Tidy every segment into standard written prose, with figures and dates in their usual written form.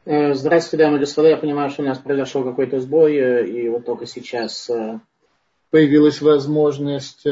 Здравствуйте, дамы и господа. Я понимаю, что у нас произошел какой-то сбой, и вот только сейчас появилась возможность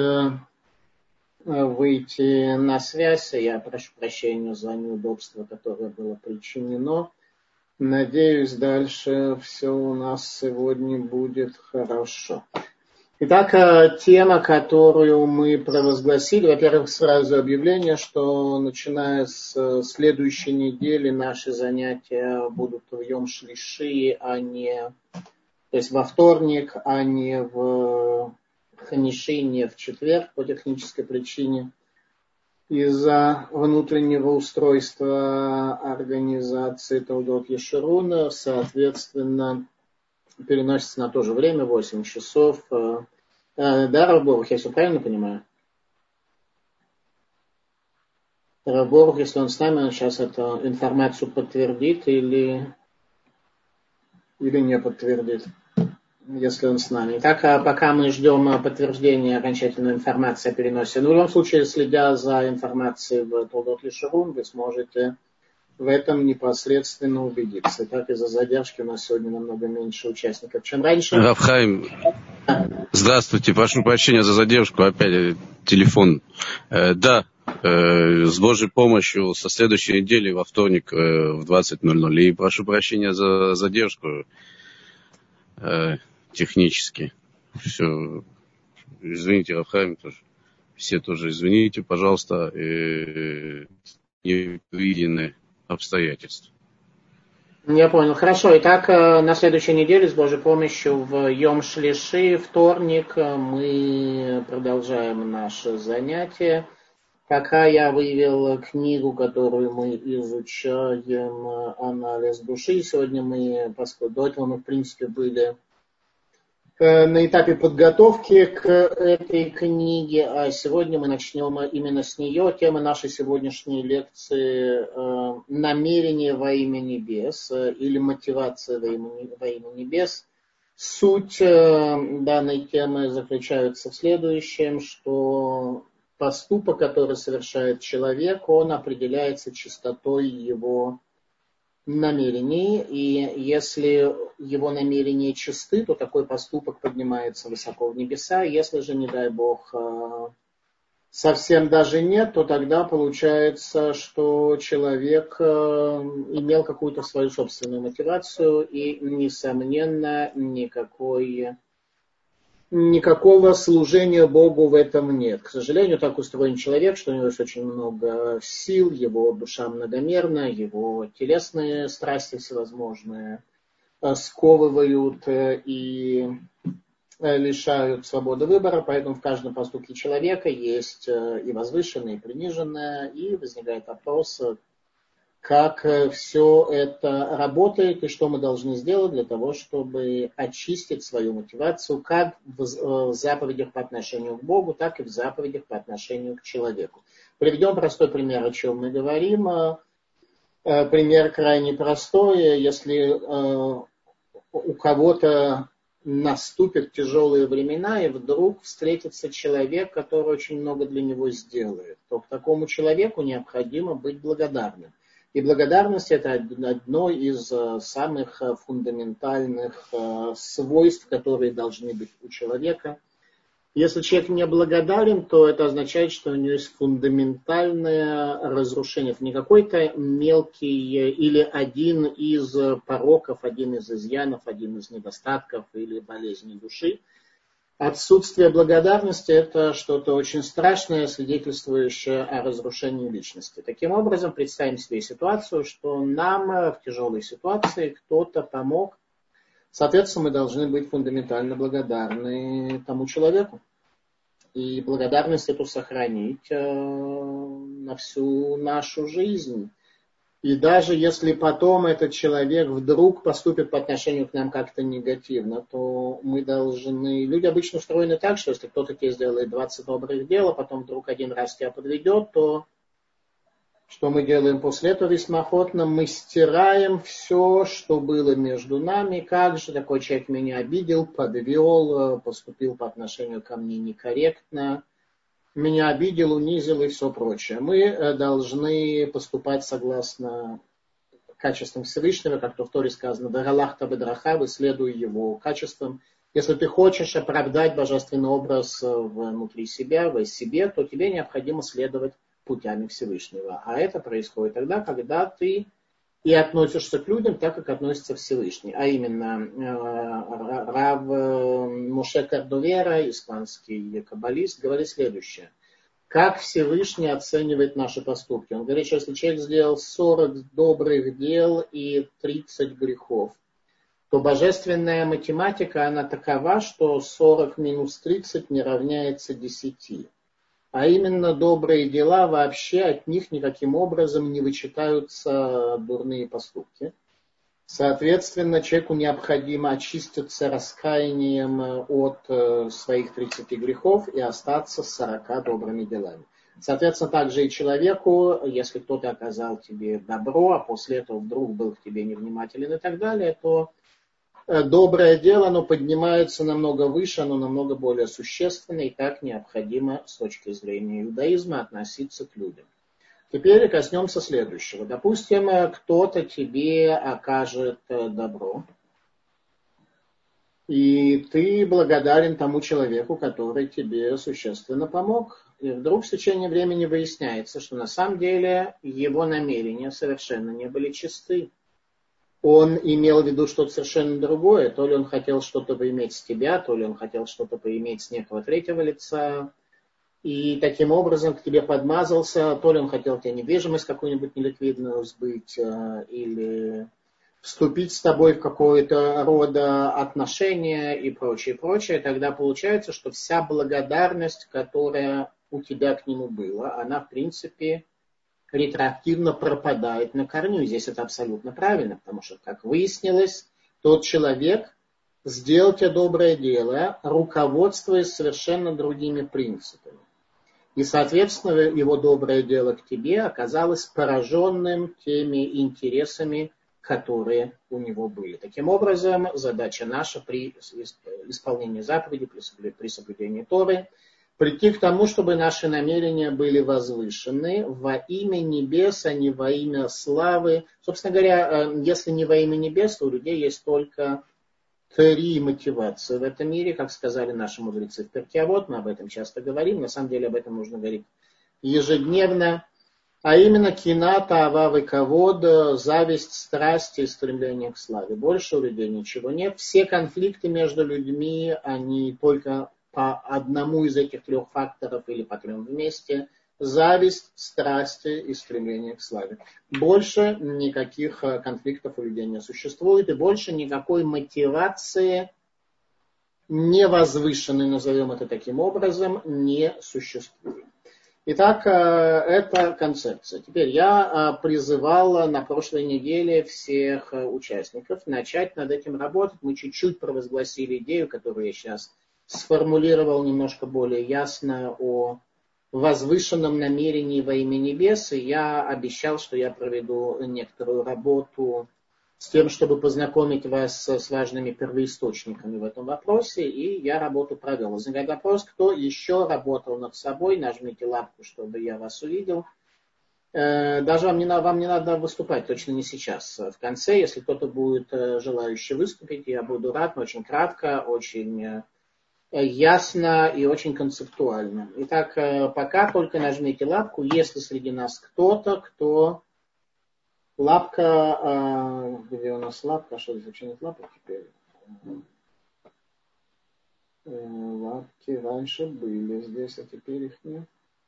выйти на связь. Я прошу прощения за неудобство, которое было причинено. Надеюсь, дальше все у нас сегодня будет хорошо. Итак, тема, которую мы провозгласили, во-первых, сразу объявление, что начиная с следующей недели наши занятия будут в Йом Шлиши, то есть во вторник, а не в Ханиши, не в четверг по технической причине. Из-за внутреннего устройства организации Толдот Ешуруна, соответственно, переносится на то же время, 8 часов. Да, Рав Борух, я все правильно понимаю? Рав Борух, если он с нами, он сейчас эту информацию подтвердит или не подтвердит, если он с нами. Итак, пока мы ждем подтверждения окончательной информации о переносе. Но в любом случае, следя за информацией в Толдот Лишурун, вы сможете в этом непосредственно убедиться. Так, из-за задержки у нас сегодня намного меньше участников, чем раньше. Рав Хаим, здравствуйте, прошу прощения за задержку, опять телефон. Да, с Божьей помощью со следующей недели во вторник в 20:00. И прошу прощения за задержку технически. Все, извините, Рав Хаим тоже. Все тоже извините, пожалуйста, непредвиденные обстоятельства. Я понял. Хорошо. Итак, на следующей неделе с Божьей помощью в Йом Шлиши, вторник, мы продолжаем наше занятие. Пока я вывел книгу, которую мы изучаем, анализ души. Сегодня мы, поскольку до этого мы, в принципе, были на этапе подготовки к этой книге, а сегодня мы начнем именно с нее. Тема нашей сегодняшней лекции «Намерение во имя небес» или «Мотивация во имя небес». Суть данной темы заключается в следующем, что поступок, который совершает человек, он определяется чистотой его намерений, и если его намерения чисты, то такой поступок поднимается высоко в небеса. Если же, не дай Бог, совсем даже нет, то тогда получается, что человек имел какую-то свою собственную мотивацию, и, несомненно, никакого служения Богу в этом нет. К сожалению, так устроен человек, что у него есть очень много сил, его душа многомерна, его телесные страсти всевозможные сковывают и лишают свободы выбора, поэтому в каждом поступке человека есть и возвышенное, и приниженное, и возникает вопрос, как все это работает и что мы должны сделать для того, чтобы очистить свою мотивацию как в заповедях по отношению к Богу, так и в заповедях по отношению к человеку. Приведем простой пример, о чем мы говорим. Пример крайне простой. Если у кого-то наступят тяжелые времена, и вдруг встретится человек, который очень много для него сделает, то к такому человеку необходимо быть благодарным. И благодарность – это одно из самых фундаментальных свойств, которые должны быть у человека. Если человек не благодарен, то это означает, что у него есть фундаментальное разрушение. Это не какой-то мелкий или один из пороков, один из изъянов, один из недостатков или болезней души. Отсутствие благодарности – это что-то очень страшное, свидетельствующее о разрушении личности. Таким образом, представим себе ситуацию, что нам в тяжелой ситуации кто-то помог. Соответственно, мы должны быть фундаментально благодарны тому человеку. И благодарность эту сохранить на всю нашу жизнь. И даже если потом этот человек вдруг поступит по отношению к нам как-то негативно, то мы должны... Люди обычно устроены так, что если кто-то тебе сделает 20 добрых дел, а потом вдруг один раз тебя подведет, то что мы делаем после этого весьма охотно? Мы стираем все, что было между нами. Как же такой человек меня обидел, подвел, поступил по отношению ко мне некорректно, меня обидел, унизил и все прочее. Мы должны поступать согласно качествам Всевышнего, как то в Торе сказано, «Вагалахта бедрахав», следуй его качествам. Если ты хочешь оправдать божественный образ внутри себя, в себе, то тебе необходимо следовать путями Всевышнего. А это происходит тогда, когда ты и относишься к людям так, как относится Всевышний. А именно, Рав Моше Кардовера, испанский каббалист, говорит следующее. Как Всевышний оценивает наши поступки? Он говорит, что если человек сделал 40 добрых дел и 30 грехов, то божественная математика, она такова, что 40 минус 30 не равняется 10. А именно добрые дела, вообще от них никаким образом не вычитаются дурные поступки. Соответственно, человеку необходимо очиститься раскаянием от своих 30 грехов и остаться с 40 добрыми делами. Соответственно, также и человеку, если кто-то оказал тебе добро, а после этого вдруг был к тебе невнимателен и так далее, то доброе дело, оно поднимается намного выше, оно намного более существенное, и так необходимо с точки зрения иудаизма относиться к людям. Теперь коснемся следующего. Допустим, кто-то тебе окажет добро, и ты благодарен тому человеку, который тебе существенно помог. И вдруг в течение времени выясняется, что на самом деле его намерения совершенно не были чисты. Он имел в виду что-то совершенно другое. То ли он хотел что-то поиметь с тебя, то ли он хотел что-то поиметь с некого третьего лица. И таким образом к тебе подмазался. То ли он хотел тебе недвижимость какую-нибудь неликвидную сбыть, или вступить с тобой в какое-то рода отношения и прочее, прочее. Тогда получается, что вся благодарность, которая у тебя к нему была, она в принципе ретроактивно пропадает на корню. И здесь это абсолютно правильно, потому что, как выяснилось, тот человек сделал тебе доброе дело, руководствуясь совершенно другими принципами. И, соответственно, его доброе дело к тебе оказалось пораженным теми интересами, которые у него были. Таким образом, задача наша при исполнении заповедей, при соблюдении Торы, прийти к тому, чтобы наши намерения были возвышены во имя небес, а не во имя славы. Собственно говоря, если не во имя небес, то у людей есть только 3 мотивации в этом мире, как сказали наши мудрецы в Перкей Авот, мы об этом часто говорим, на самом деле об этом нужно говорить ежедневно, а именно кина, таава, кавод, зависть, страсть и стремление к славе. Больше у людей ничего нет. Все конфликты между людьми, они только по одному из этих 3 факторов или по 3 вместе. Зависть, страсти и стремление к славе. Больше никаких конфликтов у людей не существует, и больше никакой мотивации невозвышенной, назовем это таким образом, не существует. Итак, это концепция. Теперь я призывал на прошлой неделе всех участников начать над этим работать. Мы чуть-чуть провозгласили идею, которую я сейчас сформулировал немножко более ясно о возвышенном намерении во имя небес. И я обещал, что я проведу некоторую работу с тем, чтобы познакомить вас с важными первоисточниками в этом вопросе, и я работу провел. Возникает вопрос, кто еще работал над собой, нажмите лапку, чтобы я вас увидел. Даже вам не надо выступать, точно не сейчас. В конце, если кто-то будет желающий выступить, я буду рад, но очень кратко, очень ясно и очень концептуально. Итак, пока только нажмите лапку, если среди нас кто-то, кто... Лапка, где у нас лапка? Что здесь вообще нет лапок теперь? Лапки раньше были здесь, а теперь их нет.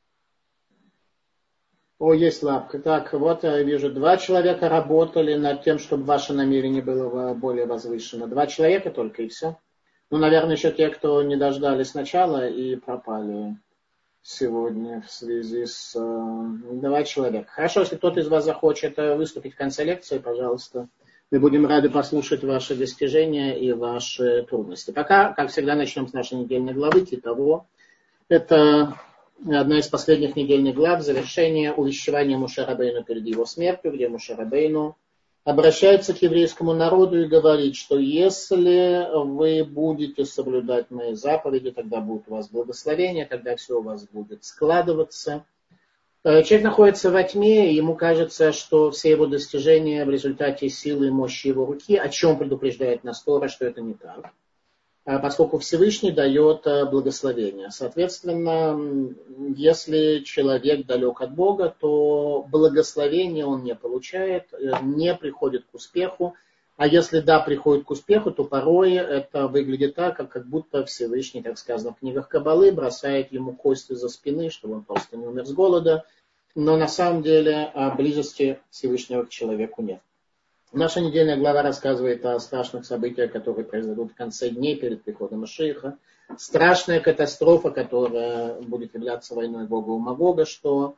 О, есть лапка. Так, вот я вижу, 2 человека работали над тем, чтобы ваше намерение было более возвышено. 2 человека только и все. Ну, наверное, еще те, кто не дождались начала и пропали сегодня в связи с 2 человека. Хорошо, если кто-то из вас захочет выступить в конце лекции, пожалуйста. Мы будем рады послушать ваши достижения и ваши трудности. Пока, как всегда, начнем с нашей недельной главы Китово. Это одна из последних недельных глав, завершение увещевания Моше Рабейну перед его смертью, где Моше Рабейну обращается к еврейскому народу и говорит, что если вы будете соблюдать мои заповеди, тогда будет у вас благословение, тогда все у вас будет складываться. Человек находится во тьме, и ему кажется, что все его достижения в результате силы и мощи его руки, о чем предупреждает нас Тора, что это не так, поскольку Всевышний дает благословение. Соответственно, если человек далек от Бога, то благословение он не получает, не приходит к успеху. А если да, приходит к успеху, то порой это выглядит так, как будто Всевышний, как сказано в книгах Каббалы, бросает ему кости за спины, чтобы он просто не умер с голода. Но на самом деле близости Всевышнего к человеку нет. Наша недельная глава рассказывает о страшных событиях, которые произойдут в конце дней перед приходом Машиаха. Страшная катастрофа, которая будет являться войной Гога и Магога, что,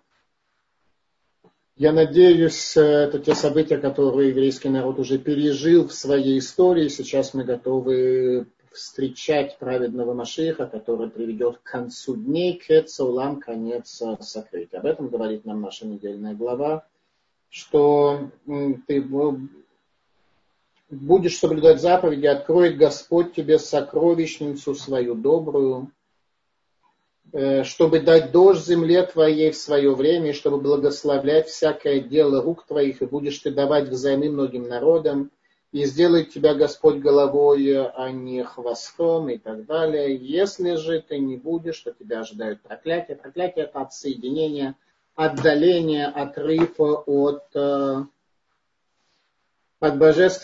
я надеюсь, это те события, которые еврейский народ уже пережил в своей истории. Сейчас мы готовы встречать праведного Машиаха, который приведет к концу дней, кец улам, конец сокрытия. Об этом говорит нам наша недельная глава, что ты будешь соблюдать заповеди, откроет Господь тебе сокровищницу свою добрую, чтобы дать дождь земле твоей в свое время, и чтобы благословлять всякое дело рук твоих, и будешь ты давать взаймы многим народам, и сделает тебя Господь головой, а не хвостом, и так далее. Если же ты не будешь, то тебя ожидают проклятия. Проклятие – это отсоединение, отдаление, отрыв от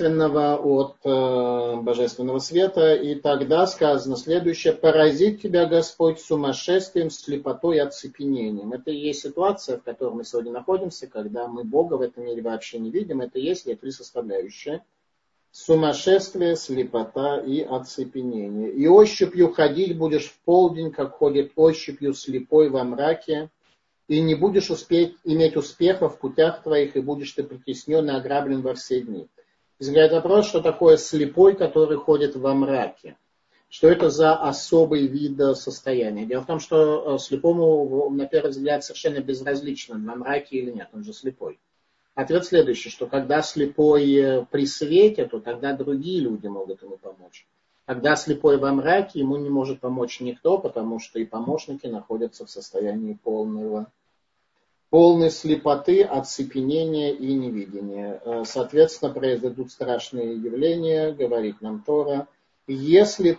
божественного света, и тогда сказано следующее: поразит тебя Господь сумасшествием, слепотой и оцепенением. Это и есть ситуация, в которой мы сегодня находимся, когда мы Бога в этом мире вообще не видим. Это и есть три составляющие: сумасшествие, слепота и оцепенение. И ощупью ходить будешь в полдень, как ходит ощупью слепой во мраке, и не будешь иметь успеха в путях твоих, и будешь ты притеснен и ограблен во все дни. Возникает вопрос, что такое слепой, который ходит во мраке? Что это за особый вид состояния? Дело в том, что слепому, на первый взгляд, совершенно безразлично, во мраке или нет, он же слепой. Ответ следующий, что когда слепой при свете, то тогда другие люди могут ему помочь. Когда слепой во мраке, ему не может помочь никто, потому что и помощники находятся в состоянии полной слепоты, оцепенения и невидения. Соответственно, произойдут страшные явления, говорит нам Тора. Если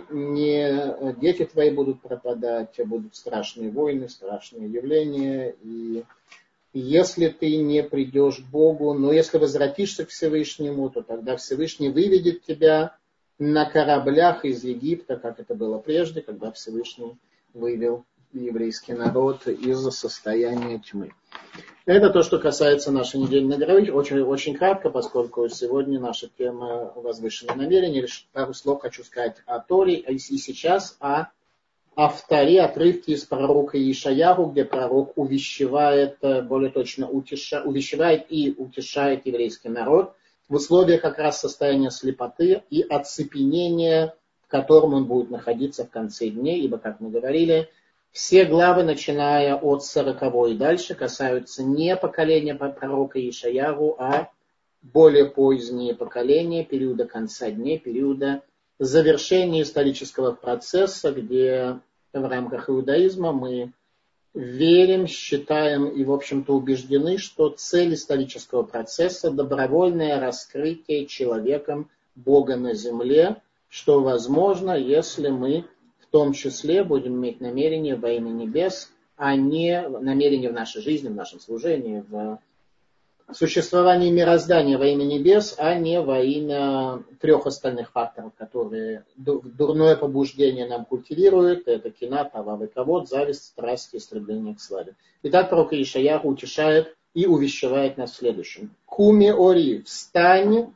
дети твои будут пропадать, будут страшные войны, страшные явления, и если ты не придешь к Богу, но если возвратишься к Всевышнему, то тогда Всевышний выведет тебя на кораблях из Египта, как это было прежде, когда Всевышний вывел еврейский народ из состояния тьмы. Это то, что касается нашей недельной главы. Очень, очень кратко, поскольку сегодня наша тема возвышенное намерение. Лишь пару слов хочу сказать о Торе и сейчас о авторе отрывки из пророка Ишаяху, где пророк увещевает, более точно увещевает и утешает еврейский народ в условиях как раз состояния слепоты и оцепенения, в котором он будет находиться в конце дней, ибо, как мы говорили, все главы, начиная от 40 и дальше, касаются не поколения пророка Ишаяху, а более поздние поколения, периода конца дней, периода завершения исторического процесса, где в рамках иудаизма мы верим, считаем и, в общем-то, убеждены, что цель исторического процесса – добровольное раскрытие человеком Бога на земле, что возможно, если мы в том числе будем иметь намерение во имя небес, а не намерение в нашей жизни, в нашем служении, в существовании мироздания во имя небес, а не во имя трех остальных факторов, которые дурное побуждение нам культивирует. Это кина, тавав и кавод, зависть, страсть и стремление к славе. Итак, пророк Ишаяху утешает и увещевает нас в следующем. Куми ори, встань,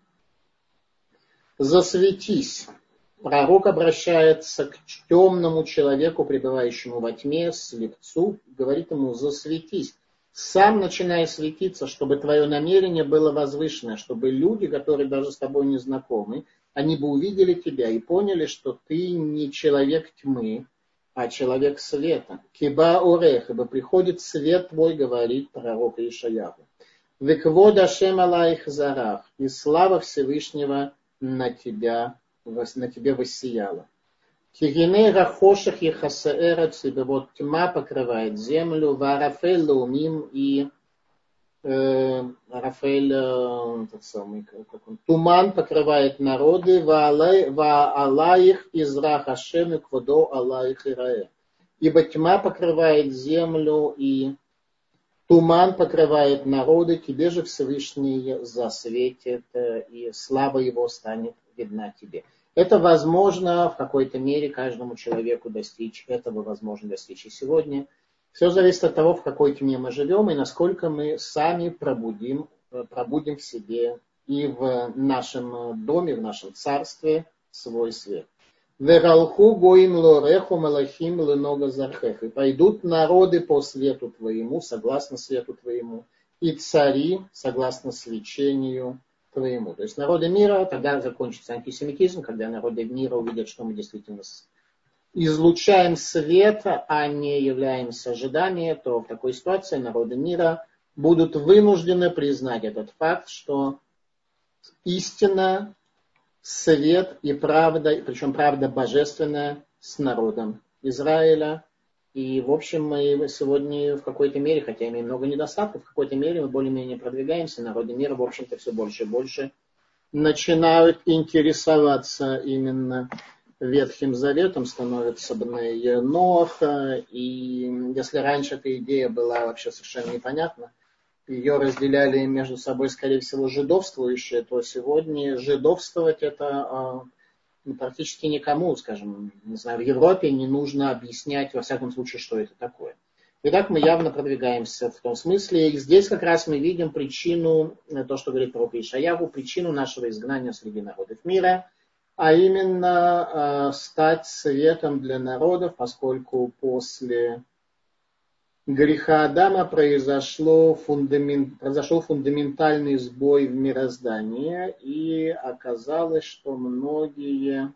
засветись. Пророк обращается к темному человеку, пребывающему во тьме, слепцу, говорит ему: засветись. Сам начинай светиться, чтобы твое намерение было возвышенное, чтобы люди, которые даже с тобой не знакомы, они бы увидели тебя и поняли, что ты не человек тьмы, а человек света. Киба орех, ибо приходит свет твой, говорит пророк Ишаяху. Веквод Ашем алайх зарах, и слава Всевышнего на тебе воссияла. Кигине рахошах ехасеэрец, ибо вот тьма покрывает землю, варафель лаумим и Рафаэль, тот самый, как он, туман покрывает народы, ваалаих изра хашем и квадо алаих ирае. Ибо тьма покрывает землю и туман покрывает народы, тебе же Всевышний засветит, и слава его станет видна тебе. Это возможно в какой-то мере каждому человеку достичь, этого возможно достичь и сегодня. Все зависит от того, в какой тьме мы живем и насколько мы сами пробудим в себе и в нашем доме, в нашем царстве свой свет. Вералху гоим лореху малахим ленога зархех. И пойдут народы по свету твоему, согласно свету твоему, и цари, согласно свечению твоему. То есть народы мира, тогда закончится антисемитизм, когда народы мира увидят, что мы действительно излучаем свет, а не являемся ожиданием, то в такой ситуации народы мира будут вынуждены признать этот факт, что истина, свет и правда, причем правда божественная, с народом Израиля. И, в общем, мы сегодня в какой-то мере, хотя имеем много недостатков, в какой-то мере мы более-менее продвигаемся. Народы мира, в общем-то, все больше и больше начинают интересоваться именно Ветхим Заветом, становятся Бней Ноха. И если раньше эта идея была вообще совершенно непонятна, ее разделяли между собой, скорее всего, жидовствующие, то сегодня жидовствовать это практически никому, скажем, не знаю, в Европе не нужно объяснять, во всяком случае, что это такое. Итак, мы явно продвигаемся в том смысле. И здесь как раз мы видим причину, то, что говорит пророк Ишайяху, причину нашего изгнания среди народов мира, а именно стать светом для народов, поскольку после греха Адама произошел фундаментальный сбой в мироздании, и оказалось, что многие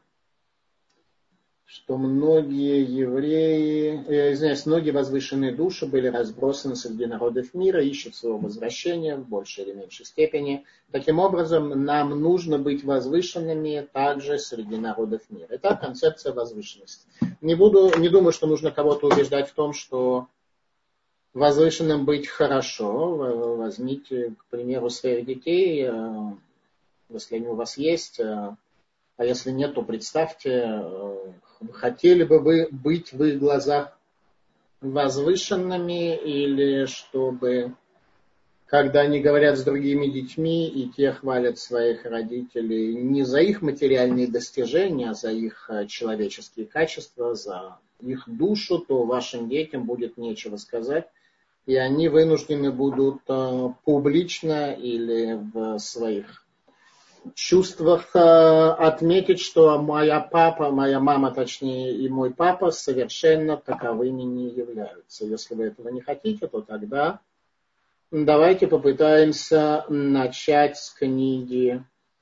многие возвышенные души были разбросаны среди народов мира, ищут своего возвращения в большей или меньшей степени. Таким образом, нам нужно быть возвышенными также среди народов мира. Это концепция возвышенности. Не думаю, что нужно кого-то убеждать в том, что возвышенным быть хорошо. Возьмите, к примеру, своих детей, если они у вас есть, а если нет, то представьте, хотели бы вы быть в их глазах возвышенными, или чтобы, когда они говорят с другими детьми, и те хвалят своих родителей не за их материальные достижения, а за их человеческие качества, за их душу, то вашим детям будет нечего сказать, и они вынуждены будут публично или в своих чувствах отметить, что моя мама, точнее, и мой папа совершенно таковыми не являются. Если вы этого не хотите, то тогда давайте попытаемся начать с книги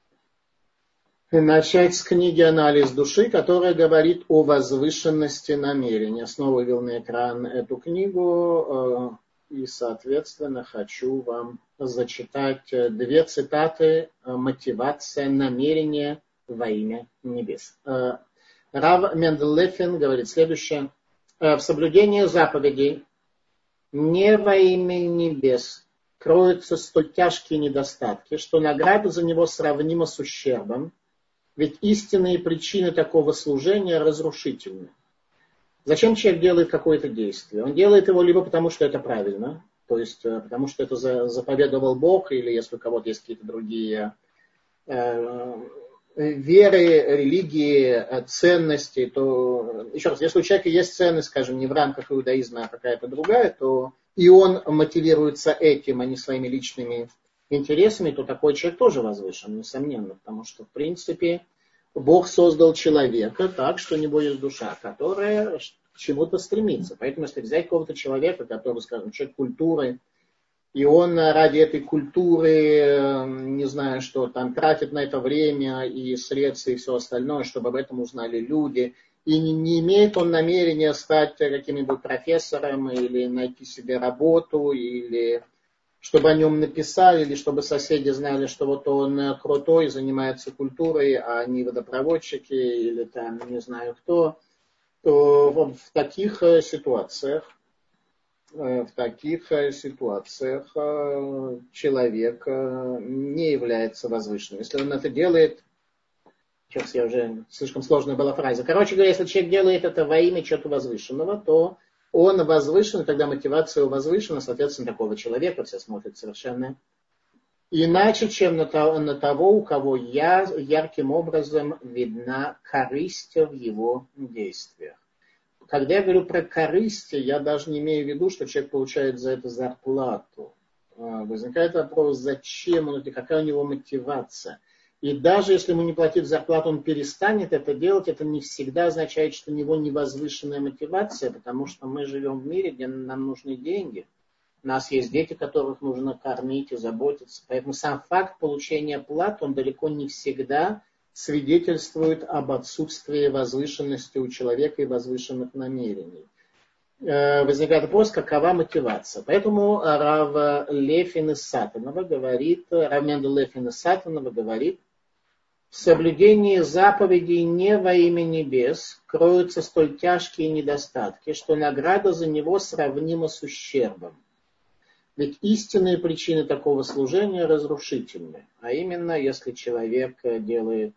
«Анализ души», которая говорит о возвышенности намерения. Снова вывел на экран эту книгу и, соответственно, хочу вам зачитать две цитаты «Мотивация намерения во имя небес». Рав Мендель Лефин говорит следующее. В соблюдении заповедей не во имя небес кроются столь тяжкие недостатки, что награда за него сравнима с ущербом, ведь истинные причины такого служения разрушительны. Зачем человек делает какое-то действие? Он делает его либо потому, что это правильно, то есть потому, что это заповедовал Бог, или если у кого-то есть какие-то другие веры, религии, ценности, то, еще раз, если у человека есть ценность, скажем, не в рамках иудаизма, а какая-то другая, то и он мотивируется этим, а не своими личными интересами, то такой человек тоже возвышен, несомненно, потому что, в принципе, Бог создал человека так, что у него есть душа, которая к чему-то стремится. Поэтому, если взять какого-то человека, который, скажем, человек культуры, и он ради этой культуры, не знаю, что там, тратит на это время и средства и все остальное, чтобы об этом узнали люди, и не имеет он намерения стать каким-нибудь профессором или найти себе работу, или чтобы о нем написали, или чтобы соседи знали, что вот он крутой, занимается культурой, а они водопроводчики, или там не знаю кто, то вот в таких ситуациях человек не является возвышенным. Если он это делает, сейчас я уже, слишком сложная была фраза. Короче говоря, если человек делает это во имя чего-то возвышенного, то он возвышен, тогда мотивация его возвышена, соответственно, такого человека все смотрят совершенно иначе, чем на того, у кого ярким образом видна корысть в его действиях. Когда я говорю про корысть, я даже не имею в виду, что человек получает за это зарплату. Возникает вопрос, зачем он это, какая у него мотивация. И даже если ему не платить зарплату, он перестанет это делать, это не всегда означает, что у него невозвышенная мотивация, потому что мы живем в мире, где нам нужны деньги. У нас есть дети, которых нужно кормить и заботиться. Поэтому сам факт получения платы, он далеко не всегда свидетельствует об отсутствии возвышенности у человека и возвышенных намерений. Возникает вопрос, какова мотивация. Поэтому Рав Лефин из Сатанова говорит, Рав Мендел Лефин из Сатанова говорит, в соблюдении заповедей не во имя небес кроются столь тяжкие недостатки, что награда за него сравнима с ущербом. Ведь истинные причины такого служения разрушительны. А именно, если человек делает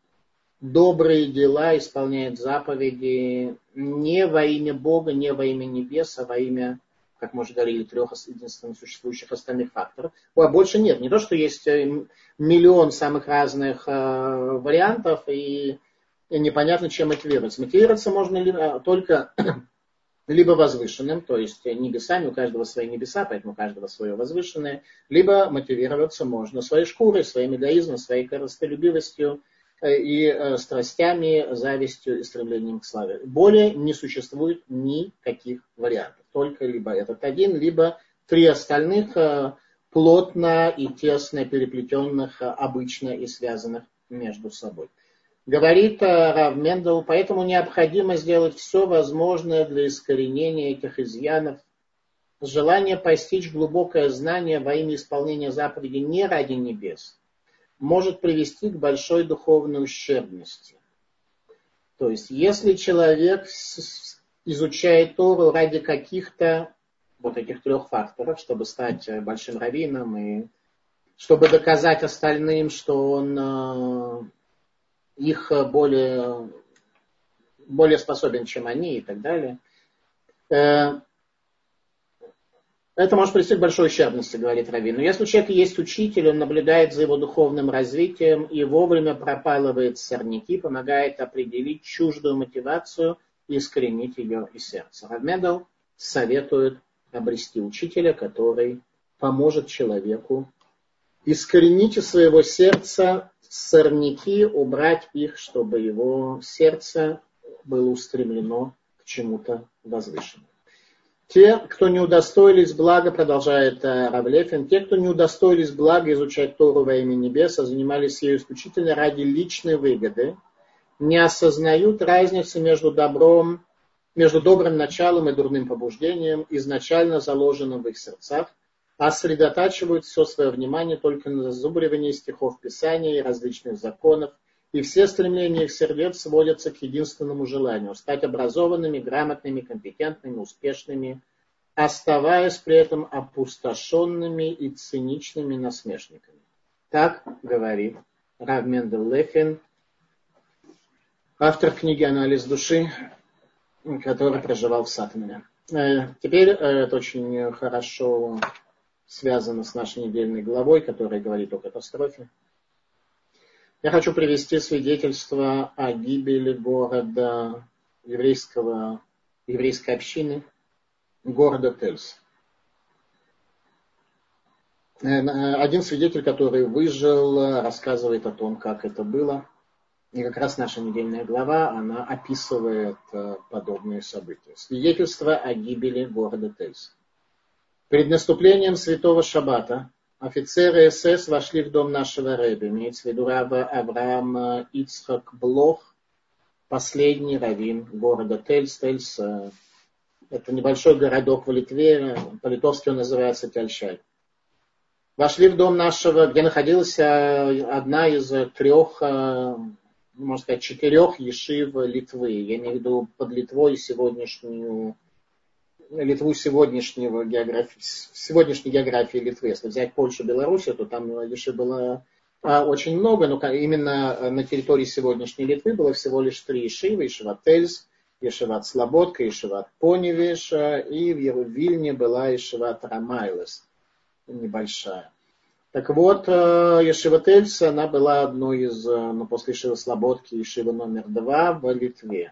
добрые дела, исполняет заповеди не во имя Бога, не во имя небес, а во имя, как мы уже говорили, 3 единственно существующих остальных факторов. Больше нет. Не то, что есть миллион самых разных вариантов, и непонятно, чем мотивироваться. Мотивироваться можно только либо возвышенным, то есть небесами, у каждого свои небеса, поэтому у каждого свое возвышенное, либо мотивироваться можно своей шкурой, своим эгоизмом, своей корыстолюбивостью и страстями, завистью и стремлением к славе. Более не существует никаких вариантов. Только либо этот один, либо 3 остальных плотно и тесно переплетенных, обычно и связанных между собой. Говорит Рав Мендел, поэтому необходимо сделать все возможное для искоренения этих изъянов. Желание постичь глубокое знание во имя исполнения заповедей не ради небес может привести к большой духовной ущербности. То есть, если человек изучает Тору ради каких-то вот этих 3 факторов, чтобы стать большим раввином и чтобы доказать остальным, что он их более способен, чем они и так далее. Это может привести к большой ущербности, говорит раввин. Но если у человека есть учитель, он наблюдает за его духовным развитием и вовремя пропалывает сорняки, помогает определить чуждую мотивацию и искоренить ее из сердца. Рав Мендел советует обрести учителя, который поможет человеку искоренить из своего сердца сорняки, убрать их, чтобы его сердце было устремлено к чему-то возвышенному. Те, кто не удостоились блага, продолжает Рав Лефин, те, кто не удостоились блага изучать Тору во имя небес, а занимались ею исключительно ради личной выгоды, не осознают разницы между добрым началом и дурным побуждением, изначально заложенным в их сердцах, а сосредотачивают все свое внимание только на зазубривании стихов Писания и различных законов, и все стремления их сердец сводятся к единственному желанию – стать образованными, грамотными, компетентными, успешными, оставаясь при этом опустошенными и циничными насмешниками. Так говорит Рав Мендел Лефин, автор книги «Анализ души», который проживал в Сатмане. Теперь это очень хорошо связано с нашей недельной главой, которая говорит о катастрофе. Я хочу привести свидетельство о гибели города еврейской общины, города Тельс. Один свидетель, который выжил, рассказывает о том, как это было. И как раз наша недельная глава, она описывает подобные события. Свидетельство о гибели города Тельс. Перед наступлением Святого Шаббата офицеры СС вошли в дом нашего рэбби, имеется в виду раба Авраам Ицхак Блох, последний раввин города Тельс. Тельс – это небольшой городок в Литве, по-литовски он называется Тельшай. Вошли в дом нашего, где находилась одна из трех, можно сказать, 4 ешив Литвы. Я имею в виду под Литвой сегодняшнюю Литву сегодняшней географии Литвы. Если взять Польшу, Белоруссию, то там ешив было очень много, но именно на территории сегодняшней Литвы было всего лишь 3 ешивы. Ешиват Тельс, ешиват Слободка, ешиват Поневиш, и в Вильне была ешиват Рамайлес, небольшая. Так вот, ешива Тельс, она была одной из, после ешивы Слободки, ешива номер 2 в Литве.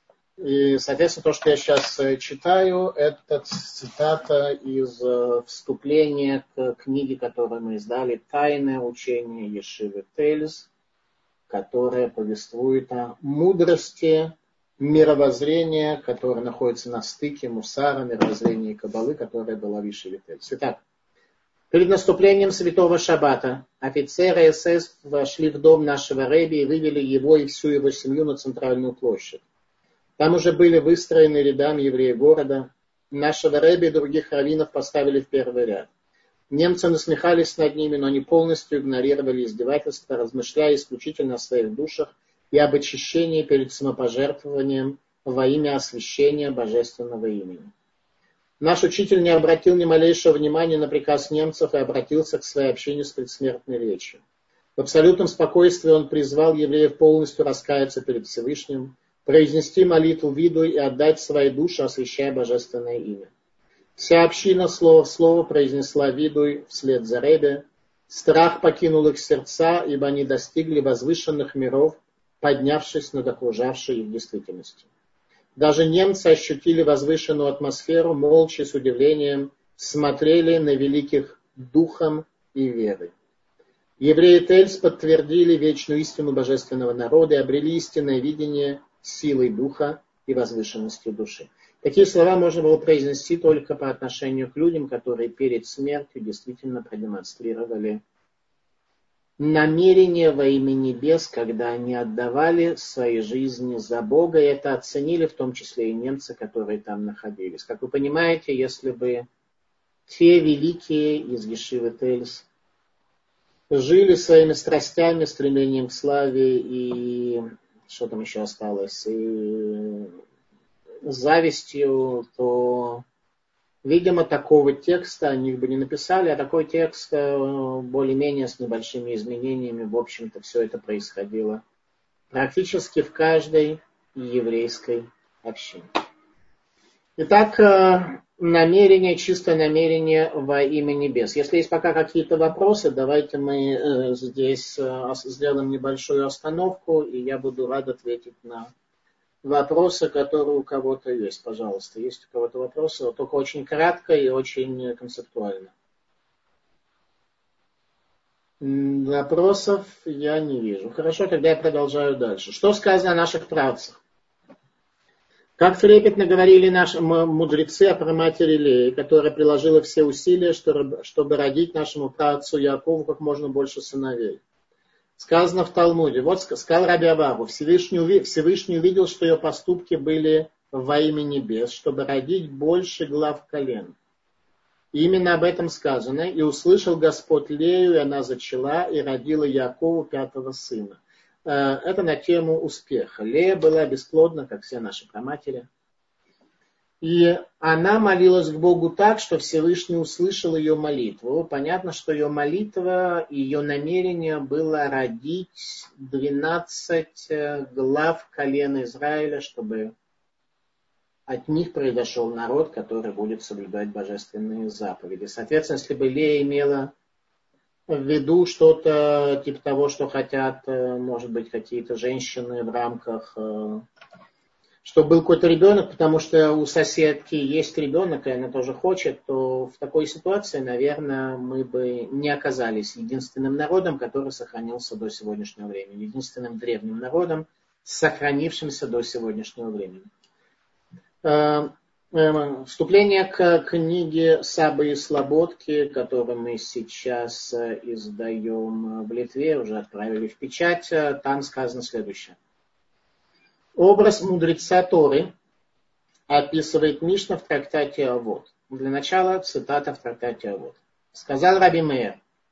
И, соответственно, то, что я сейчас читаю, это цитата из вступления к книге, которую мы издали, «Тайное учение ешивы Тельс», которая повествует о мудрости мировоззрения, которое находится на стыке мусара, мировоззрения и каббалы, которая была в ешиве Тельс. Итак, перед наступлением Святого Шаббата офицеры СС вошли в дом нашего Ребби и вывели его и всю его семью на центральную площадь. Там уже были выстроены рядами евреи города. Нашего Ребби и других раввинов поставили в первый ряд. Немцы насмехались над ними, но они полностью игнорировали издевательства, размышляя исключительно о своих душах и об очищении перед самопожертвованием во имя освящения божественного имени. Наш учитель не обратил ни малейшего внимания на приказ немцев и обратился к своей общине с предсмертной речью. В абсолютном спокойствии он призвал евреев полностью раскаяться перед Всевышним, произнести молитву виду и отдать свои души, освящая божественное имя. Вся община слово в слово произнесла виду вслед за Ребе. Страх покинул их сердца, ибо они достигли возвышенных миров, поднявшись над окружавшей их действительностью. Даже немцы ощутили возвышенную атмосферу, молча с удивлением смотрели на великих духом и верой. Евреи Тельс подтвердили вечную истину божественного народа и обрели истинное видение силой духа и возвышенностью души. Такие слова можно было произнести только по отношению к людям, которые перед смертью действительно продемонстрировали намерение во имя небес, когда они отдавали свои жизни за Бога, и это оценили в том числе и немцы, которые там находились. Как вы понимаете, если бы те великие из ешивы Тельс жили своими страстями, стремлением к славе и что там еще осталось, и завистью, то, видимо, такого текста они бы не написали, а такой текст более-менее с небольшими изменениями, в общем-то, все это происходило практически в каждой еврейской общине. Итак, намерение, чистое намерение во имя небес. Если есть пока какие-то вопросы, давайте мы здесь сделаем небольшую остановку, и я буду рад ответить на вопросы, которые у кого-то есть. Пожалуйста, есть у кого-то вопросы, только очень кратко и очень концептуально. Вопросов я не вижу. Хорошо, тогда я продолжаю дальше. Что сказано о наших правцах? Как трепетно говорили наши мудрецы о праматери Леи, которая приложила все усилия, чтобы родить нашему праотцу Якову как можно больше сыновей. Сказано в Талмуде, вот сказал Раби Абаху, Всевышний увидел, что ее поступки были во имя небес, чтобы родить больше глав колен. И именно об этом сказано. И услышал Господь Лею, и она зачала, и родила Якову 5-го сына. Это на тему успеха. Лея была бесплодна, как все наши праматери. И она молилась к Богу так, что Всевышний услышал ее молитву. Понятно, что ее молитва, ее намерение было родить 12 глав колена Израиля, чтобы от них произошел народ, который будет соблюдать божественные заповеди. Соответственно, если бы Лея имела в виду что-то типа того, что хотят, может быть, какие-то женщины в рамках, чтобы был какой-то ребенок, потому что у соседки есть ребенок, и она тоже хочет, то в такой ситуации, наверное, мы бы не оказались единственным народом, который сохранился до сегодняшнего времени, единственным древним народом, сохранившимся до сегодняшнего времени. Вступление к книге Сабы и Слободки, которую мы сейчас издаем в Литве, уже отправили в печать, там сказано следующее. Образ мудреца Торы описывает Мишна в трактате Авот. Для начала цитата в трактате Авот. Сказал Раби Меир,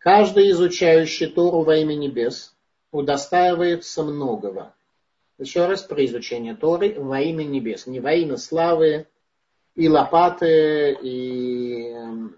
Каждый, изучающий Тору во имя небес, удостаивается многого. Еще раз про изучение Торы во имя небес. Не во имя славы и лопаты, и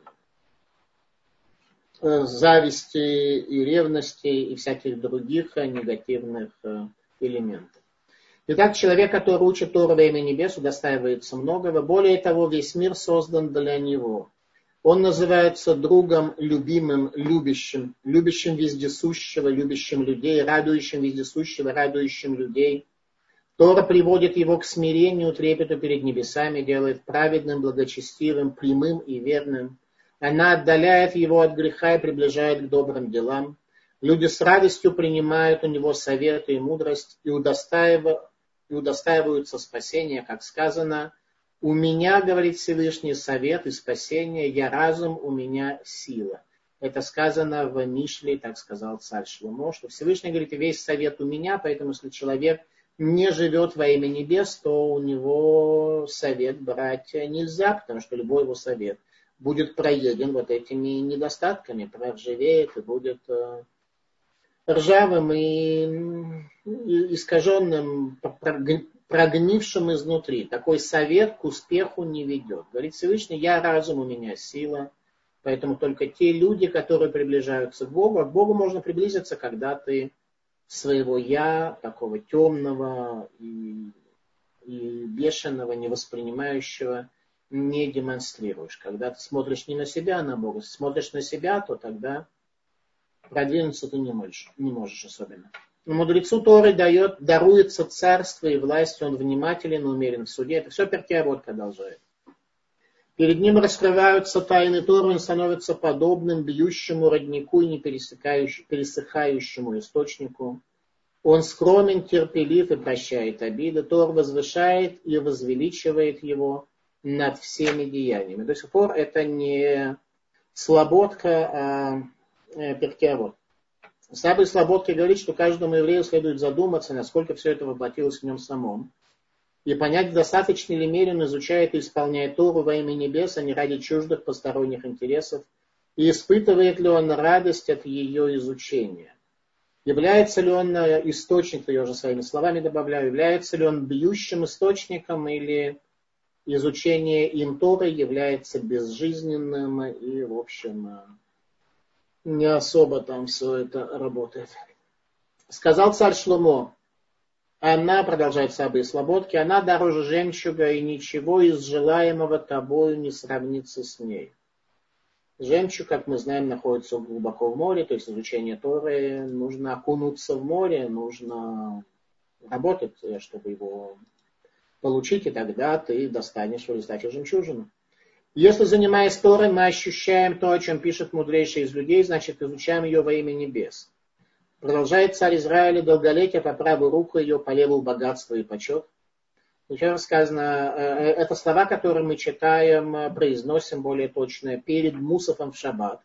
зависти, и ревности, и всяких других негативных элементов. Итак, человек, который учит Тору во имя небес, удостаивается многого. Более того, весь мир создан для него. Он называется другом, любимым, любящим, любящим вездесущего, любящим людей, радующим вездесущего, радующим людей. Тора приводит его к смирению, трепету перед небесами, делает праведным, благочестивым, прямым и верным. Она отдаляет его от греха и приближает к добрым делам. Люди с радостью принимают у него советы и мудрость и удостаиваются спасения, как сказано: «У меня, говорит Всевышний, совет и спасение, я разум, у меня сила». Это сказано в Мишле, так сказал царь Шломо, что Всевышний говорит: весь совет у меня, поэтому если человек не живет во имя небес, то у него совет брать нельзя, потому что любой его совет будет проеден вот этими недостатками, проржавеет и будет ржавым и искаженным, прогнившим изнутри. Такой совет к успеху не ведет. Говорит Всевышний: я разум, у меня сила. Поэтому только те люди, которые приближаются к Богу, а к Богу можно приблизиться, когда ты своего я, такого темного и бешеного, не воспринимающего, не демонстрируешь. Когда ты смотришь не на себя, а на Бога. Если смотришь на себя, то тогда продвинуться ты не можешь особенно. Но мудрецу Торы даруется царство и власть, он внимателен и умерен в суде. Это все Перкей Авот продолжает. Перед ним раскрываются тайны Торы, он становится подобным бьющему роднику и не пересыхающему источнику. Он скромен, терпелив и прощает обиды. Тор возвышает и возвеличивает его над всеми деяниями. До сих пор это не слободка, а Перкей Авот. Сабы Слободки говорит, что каждому еврею следует задуматься, насколько все это воплотилось в нем самом, и понять, в достаточной ли мере он изучает и исполняет Тору во имя небес, а не ради чуждых посторонних интересов, и испытывает ли он радость от ее изучения. Является ли он источником, я уже своими словами добавляю, является ли он бьющим источником, или изучение им Торы является безжизненным и, в общем, не особо там все это работает. Сказал царь Шломо: она, продолжает Сабы и Слободки, она дороже жемчуга, и ничего из желаемого тобою не сравнится с ней. Жемчуг, как мы знаем, находится глубоко в море, то есть изучение Торы, нужно окунуться в море, нужно работать, чтобы его получить, и тогда ты достанешь в результате жемчужину. Если, занимаясь Торой, мы ощущаем то, о чем пишет мудрейший из людей, значит, изучаем ее во имя небес. Продолжает царь Израиля: долголетие по правую руку ее, по левую богатство и почет. Еще раз сказано, это слова, которые мы читаем, произносим более точно перед Мусафом в шаббат,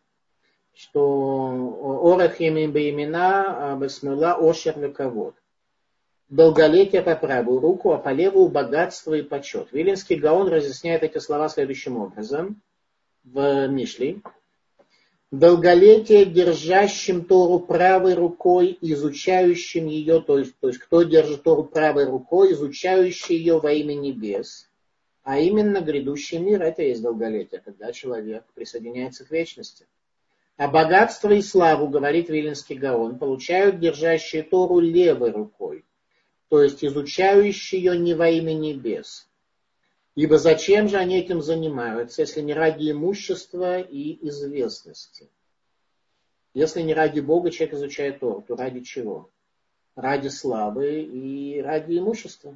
что Орех имя имена, Бесмула, Ошер Лекавод. Долголетие по правую руку, а по левую богатство и почет. Вилинский Гаон разъясняет эти слова следующим образом в Мишле. Долголетие держащим Тору правой рукой, изучающим ее, то есть кто держит Тору правой рукой, изучающий ее во имя небес, а именно грядущий мир, это и есть долголетие, когда человек присоединяется к вечности. А богатство и славу, говорит Вилинский Гаон, получают держащие Тору левой рукой, то есть изучающие ее не во имя небес. Ибо зачем же они этим занимаются, если не ради имущества и известности? Если не ради Бога человек изучает Тору, то ради чего? Ради славы и ради имущества.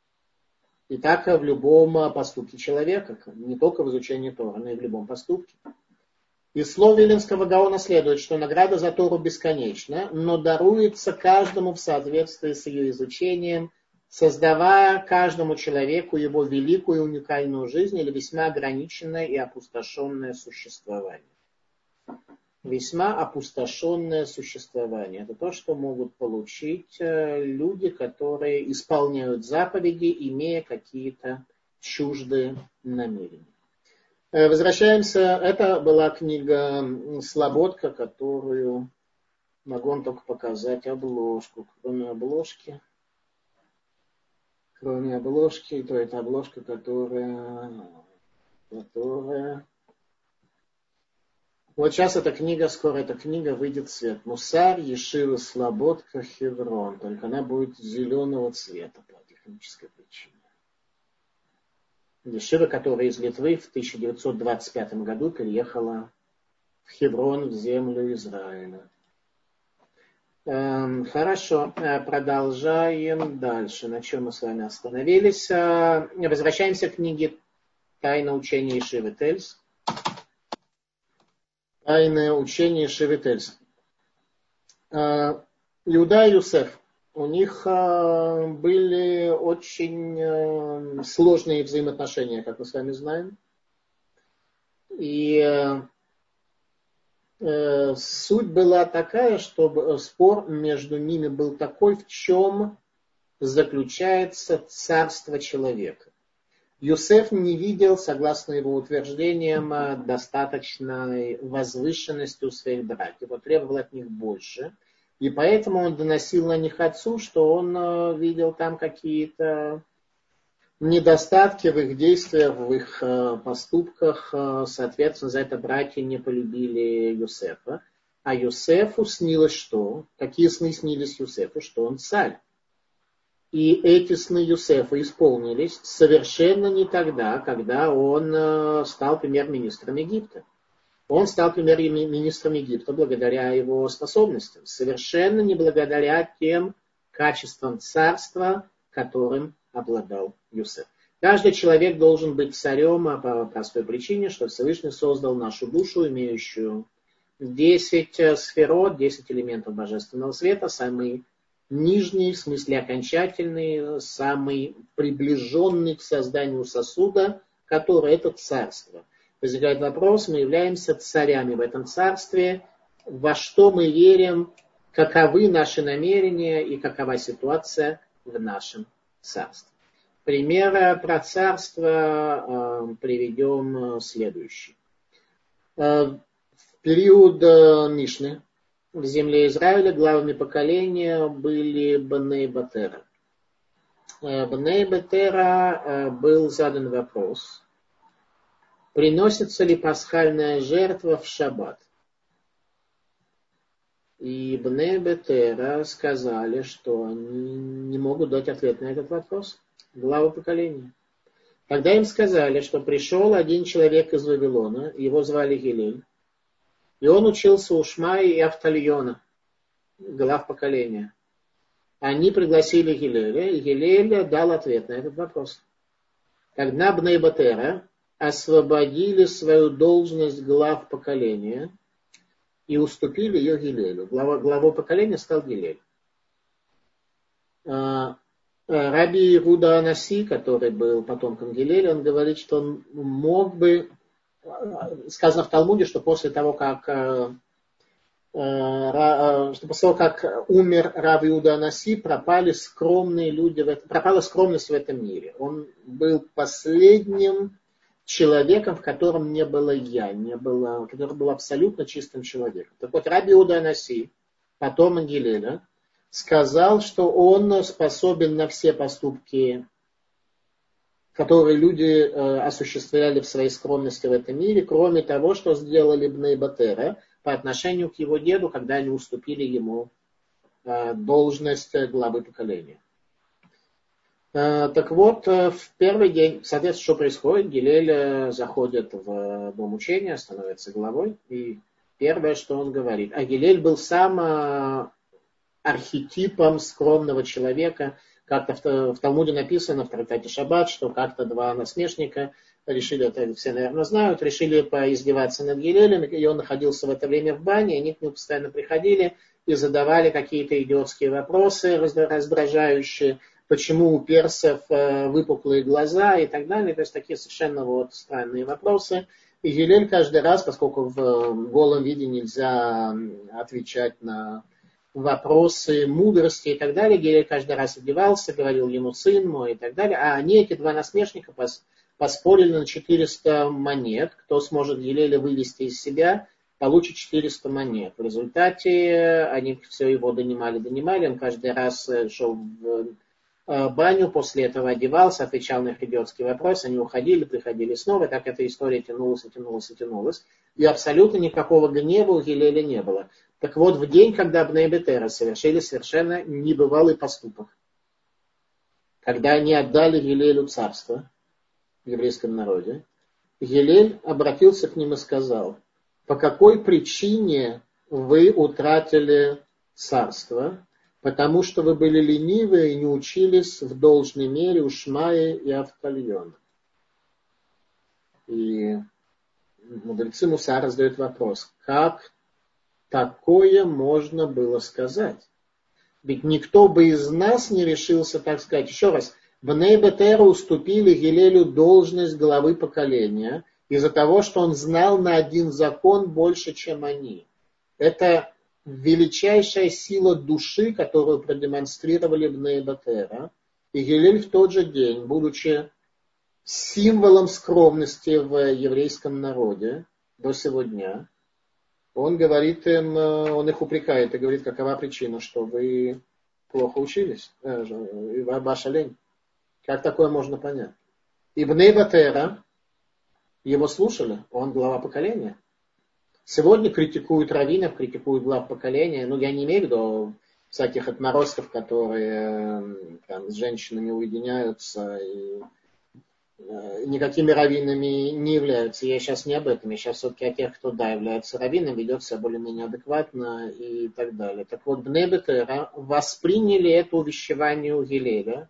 И так в любом поступке человека, не только в изучении Торы, но и в любом поступке. Из слов Вилинского Гаона следует, что награда за Тору бесконечна, но даруется каждому в соответствии с ее изучением, создавая каждому человеку его великую и уникальную жизнь или весьма ограниченное и опустошенное существование. Весьма опустошенное существование. Это то, что могут получить люди, которые исполняют заповеди, имея какие-то чуждые намерения. Возвращаемся. Это была книга «Слободка», которую могу вам только показать обложку. Кроме обложки, то это обложка, которая... Вот сейчас эта книга, скоро эта книга выйдет в свет. Мусар, Ешива, Слободка, Хеврон. Только она будет зеленого цвета по технической причине. Ешива, которая из Литвы в 1925 году переехала в Хеврон, в землю Израиля. Хорошо, продолжаем дальше. На чем мы с вами остановились? Возвращаемся к книге «Тайна учения Ешивы Тельс». Тайное учение Ешивы Тельс. Иуда и Юсеф. У них были очень сложные взаимоотношения, как мы с вами знаем. И суть была такая, что спор между ними был такой, в чем заключается царство человека. Юсеф не видел, согласно его утверждениям, достаточной возвышенности у своих братьев. Он требовал от них больше. И поэтому он доносил на них отцу, что он видел там какие-то недостатки в их действиях, в их поступках. Соответственно, за это братья не полюбили Юсефа. А Юсефу снилось что? Какие сны снились Юсефу? Что он царь. И эти сны Юсефа исполнились совершенно не тогда, когда он стал премьер-министром Египта. Он стал премьер-министром Египта благодаря его способностям, совершенно не благодаря тем качествам царства, которым обладал Юсеф. Каждый человек должен быть царем по простой причине, что Всевышний создал нашу душу, имеющую 10 сферот, 10 элементов божественного света, самый нижний, в смысле окончательный, самый приближенный к созданию сосуда, который это царство. Возникает вопрос, мы являемся царями в этом царстве, во что мы верим, каковы наши намерения и какова ситуация в нашем царстве. Пример про царство приведем следующий. В период Мишны в земле Израиля главами поколения были Бней Батера. Бней Батера был задан вопрос, приносится ли пасхальная жертва в шаббат. И Бней Батера сказали, что они не могут дать ответ на этот вопрос. Главы поколения. Тогда им сказали, что пришел один человек из Вавилона, его звали Гилель, и он учился у Шмая и Автальона, глав поколения. Они пригласили Гилеля, и Гилель дал ответ на этот вопрос. Тогда Бней Батера освободили свою должность глав поколения и уступили ее Гилелю. Главой поколения стал Гилель. Раби Иуда Анаси, который был потомком Гилеля, он говорит, что он мог бы, сказано в Талмуде, что после того, как умер Раби Иуда Анаси, пропала скромность в этом мире. Он был последним человеком, в котором не было я, который был абсолютно чистым человеком. Так вот, Раби Иуда Анаси, потомок Гилеля, сказал, что он способен на все поступки, которые люди осуществляли в своей скромности в этом мире, кроме того, что сделали Бней Батера по отношению к его деду, когда они уступили ему должность главы поколения. Так вот, в первый день, соответственно, что происходит? Гилель заходит в дом учения, становится главой, и первое, что он говорит. А Гилель был сам архетипом скромного человека. Как-то в Талмуде написано, в трактате Шаббат, что как-то два насмешника решили, это все, наверное, знают, решили поиздеваться над Гилелем, и он находился в это время в бане, и они к нему постоянно приходили и задавали какие-то идиотские вопросы, раздражающие, почему у персов выпуклые глаза и так далее. То есть такие совершенно вот странные вопросы. И Гилель каждый раз, поскольку в голом виде нельзя отвечать на вопросы мудрости и так далее, Гилель каждый раз одевался, говорил ему сын мой и так далее. А они, эти два насмешника, поспорили на 400 монет. Кто сможет Гилеля вывести из себя, получит 400 монет. В результате они все его донимали. Он каждый раз шел в баню, после этого одевался, отвечал на их идиотский вопрос, они уходили, приходили снова, так эта история тянулась. И абсолютно никакого гнева у Гилеля не было. Так вот, в день, когда Бней Бетера совершили совершенно небывалый поступок, когда они отдали Гилелю царство в еврейском народе, Гилель обратился к ним и сказал: по какой причине вы утратили царство? Потому что вы были ленивы и не учились в должной мере у Шмая и Автальона. И мудрецы Мусара задают вопрос: как такое можно было сказать? Ведь никто бы из нас не решился так сказать. Еще раз, Бней Бетера уступили Гилелю должность главы поколения из-за того, что он знал на один закон больше, чем они. Это величайшая сила души, которую продемонстрировали Бней Бетера. И Гилель в тот же день, будучи символом скромности в еврейском народе до сего дня, он говорит им, он их упрекает и говорит, какова причина, что вы плохо учились, ваша лень. Как такое можно понять? И Бней Бетера его слушали, он глава поколения. Сегодня критикуют раввинов, критикуют глав поколения. Я не имею в виду всяких отморозков, которые там, с женщинами уединяются и никакими раввинами не являются. Я сейчас не об этом. Я сейчас все-таки о тех, кто, является раввином, ведет себя более-менее адекватно и так далее. Так вот, Бней Бетера восприняли это увещевание у Гилеля,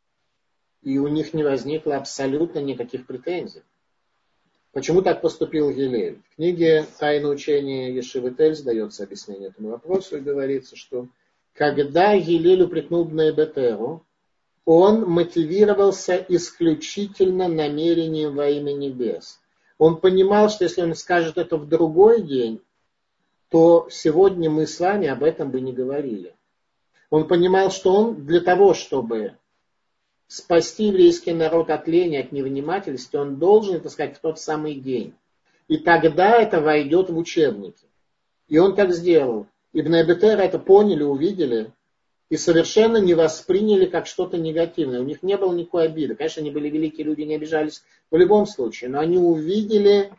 и у них не возникло абсолютно никаких претензий. Почему так поступил Гилель? В книге «Тайное учение Ешивы Тельц» дается объяснение этому вопросу, и говорится, что когда Гилель упрекнул Бней Бетеру, он мотивировался исключительно намерением во имя небес. Он понимал, что если он скажет это в другой день, то сегодня мы с вами об этом бы не говорили. Он понимал, что он для того, чтобы спасти еврейский народ от лени, от невнимательности, он должен это сказать в тот самый день. И тогда это войдет в учебники. И он так сделал. И Бней Бетера это поняли, увидели и совершенно не восприняли как что-то негативное. У них не было никакой обиды. Конечно, они были великие люди, не обижались в любом случае. Но они увидели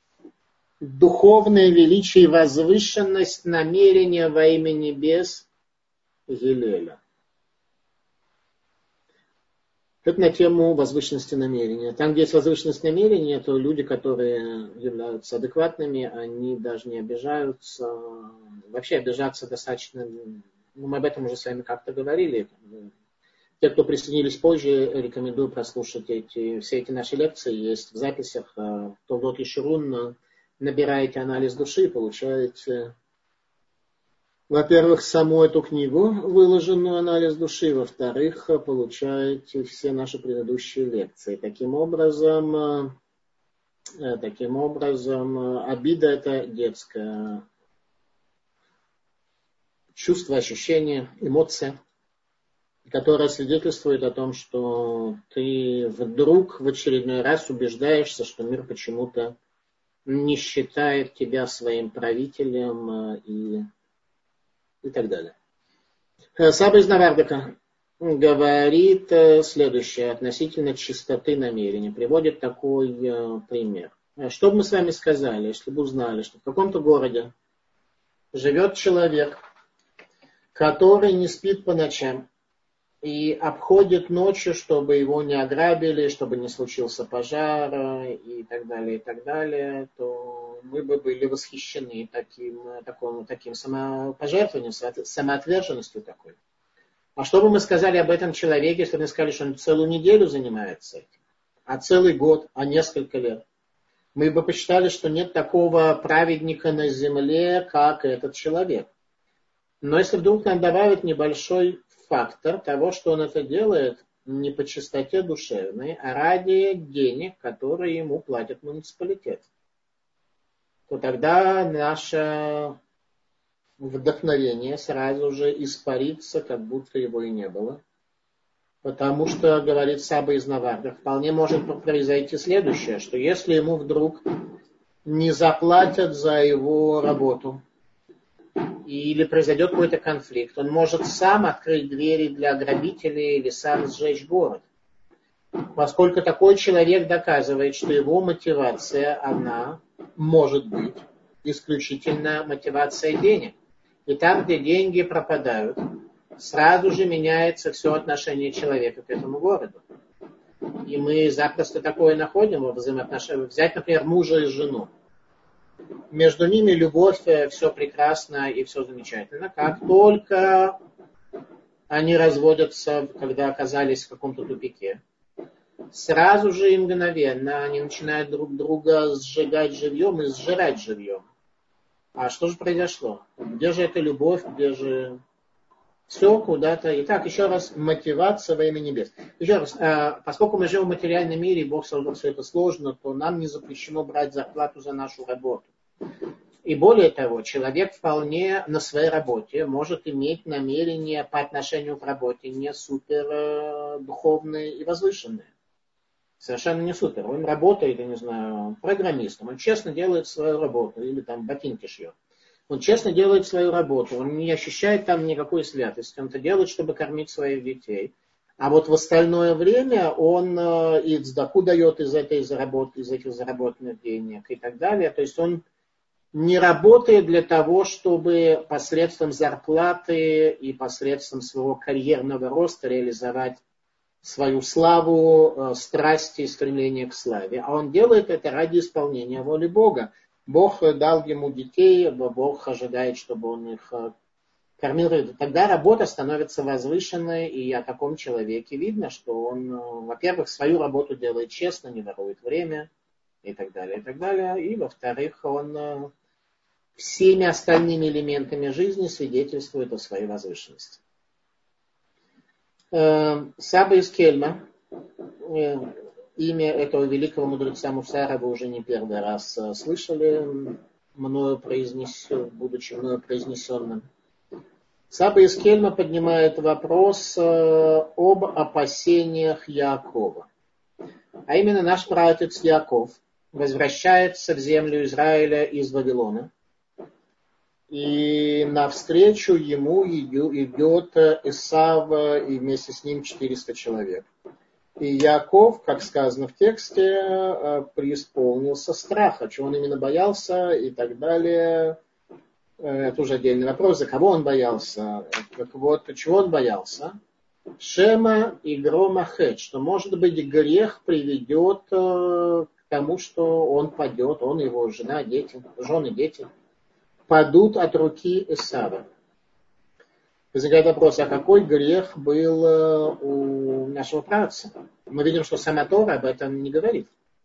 духовное величие и возвышенность намерения во имя небес Гилеля. Это на тему возвышенности намерения. Там, где есть возвышенность намерения, то люди, которые являются адекватными, они даже не обижаются. Вообще обижаться достаточно... мы об этом уже с вами как-то говорили. Те, кто присоединились позже, рекомендую прослушать все эти наши лекции. Есть в записях. Толдот Ешурун, набираете анализ души, получаете... Во-первых, саму эту книгу, выложенную анализ души. Во-вторых, получаете все наши предыдущие лекции. Таким образом, обида – это детское чувство, ощущение, эмоция, которая свидетельствует о том, что ты вдруг в очередной раз убеждаешься, что мир почему-то не считает тебя своим правителем и так далее. Саба из Навардака говорит следующее относительно чистоты намерения. Приводит такой пример. Что бы мы с вами сказали, если бы узнали, что в каком-то городе живет человек, который не спит по ночам и обходит ночью, чтобы его не ограбили, чтобы не случился пожар и так далее, то мы бы были восхищены таким самопожертвованием, самоотверженностью такой. А что бы мы сказали об этом человеке, если бы мы сказали, что он целую неделю занимается этим, а целый год, а несколько лет? Мы бы посчитали, что нет такого праведника на земле, как этот человек. Но если вдруг нам добавить небольшой фактор того, что он это делает не по чистоте душевной, а ради денег, которые ему платит муниципалитет, то тогда наше вдохновение сразу же испарится, как будто его и не было. Потому что, говорит Саба из Наварда, вполне может произойти следующее, что если ему вдруг не заплатят за его работу, или произойдет какой-то конфликт, он может сам открыть двери для грабителей или сам сжечь город. Поскольку такой человек доказывает, что его мотивация, она может быть исключительно мотивация денег. И там, где деньги пропадают, сразу же меняется все отношение человека к этому городу. И мы запросто такое находим во взаимоотношениях. Взять, например, мужа и жену. Между ними любовь, все прекрасно и все замечательно. Как только они разводятся, когда оказались в каком-то тупике, сразу же и мгновенно они начинают друг друга сжигать живьем и сжирать живьем. А что же произошло? Где же эта любовь, где же все куда-то? Итак, еще раз, мотивация во имя небес. Еще раз, поскольку мы живем в материальном мире, и Бог создал все это сложно, то нам не запрещено брать зарплату за нашу работу. И более того, человек вполне на своей работе может иметь намерения по отношению к работе не супер духовные и возвышенные. Совершенно не супер. Он работает, я не знаю, программистом. Он честно делает свою работу. Или там ботинки шьет. Он честно делает свою работу. Он не ощущает там никакой святости. Он это делает, чтобы кормить своих детей. А вот в остальное время он и цдаку дает из этих заработанных денег и так далее. То есть он не работает для того, чтобы посредством зарплаты и посредством своего карьерного роста реализовать свою славу, страсти и стремление к славе. А он делает это ради исполнения воли Бога. Бог дал ему детей, Бог ожидает, чтобы он их кормил. Тогда работа становится возвышенной, и о таком человеке видно, что он, во-первых, свою работу делает честно, не ворует время, и так далее, и так далее. И, во-вторых, он всеми остальными элементами жизни свидетельствует о своей возвышенности. Саба из Кельма, имя этого великого мудреца Мусара вы уже не первый раз слышали, будучи мною произнесенным. Саба из Кельма поднимает вопрос об опасениях Яакова. А именно наш праотец Яаков возвращается в землю Израиля из Вавилона. И навстречу ему идет Исав, и вместе с ним 400 человек. И Яаков, как сказано в тексте, преисполнился страха, чего он именно боялся и так далее. Это уже отдельный вопрос, за кого он боялся. Так вот, чего он боялся? Шема и грома хет, что, может быть, грех приведет к тому, что он падет, он, его жена, дети, жены, дети, падут от руки Исава. Возникает вопрос, а какой грех был у нашего праотца? Мы видим, что сама Тора об этом не говорит.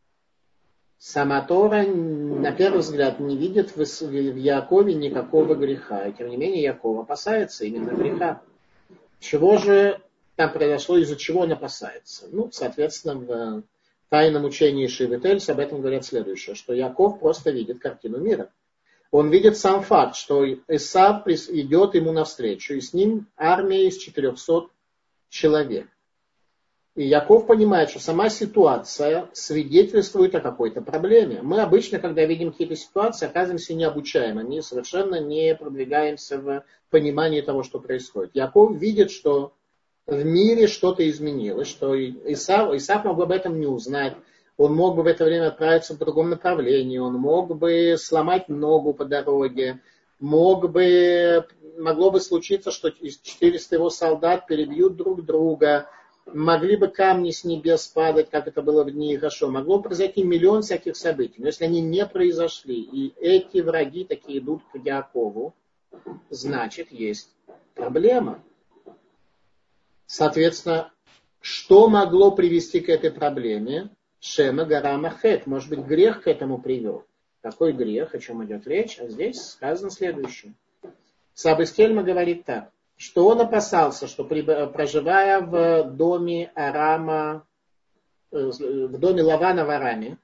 Сама Тора, на первый взгляд, не видит в Яакове никакого греха. И тем не менее, Яаков опасается именно греха. Чего же там произошло, из-за чего он опасается? Соответственно, в тайном учении Шивы Тельс об этом говорят следующее, что Яаков просто видит картину мира. Он видит сам факт, что Исав идет ему навстречу, и с ним армия из 400 человек. И Яаков понимает, что сама ситуация свидетельствует о какой-то проблеме. Мы обычно, когда видим какие-то ситуации, оказываемся необучаемыми, совершенно не продвигаемся в понимании того, что происходит. Яаков видит, что в мире что-то изменилось, что Исав мог бы об этом не узнать. Он мог бы в это время отправиться в другом направлении, он мог бы сломать ногу по дороге, могло бы случиться, что из 400 его солдат перебьют друг друга, могли бы камни с небес падать, как это было в дни Игашо, могло бы произойти миллион всяких событий. Но если они не произошли, и эти враги такие идут к Яакову, значит, есть проблема. Соответственно, что могло привести к этой проблеме? Шема гарама хет. Может быть, грех к этому привел. Какой грех, о чем идет речь? А здесь сказано следующее. Саба из Кельма говорит так, что он опасался, что проживая в доме Арама, в доме Лавана в Араме,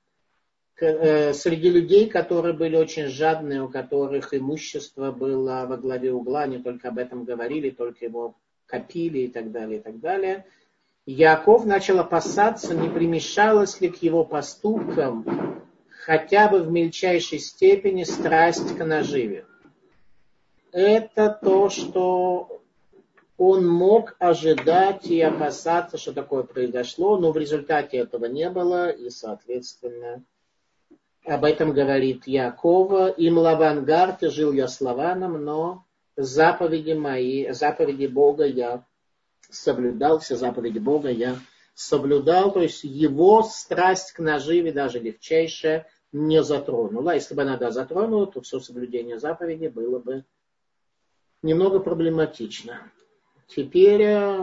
среди людей, которые были очень жадные, у которых имущество было во главе угла, они только об этом говорили, только его копили и так далее, и так далее. Яаков начал опасаться, не примешалась ли к его поступкам хотя бы в мельчайшей степени страсть к наживе. Это то, что он мог ожидать и опасаться, что такое произошло, но в результате этого не было, и, соответственно, об этом говорит Яакова. Им Лаван Гарте, жил я с Лаваном, но заповеди мои, заповеди Бога я соблюдал, все заповеди Бога я соблюдал, то есть его страсть к наживе, даже легчайшая, не затронула. Если бы она затронула, то все соблюдение заповеди было бы немного проблематично. Теперь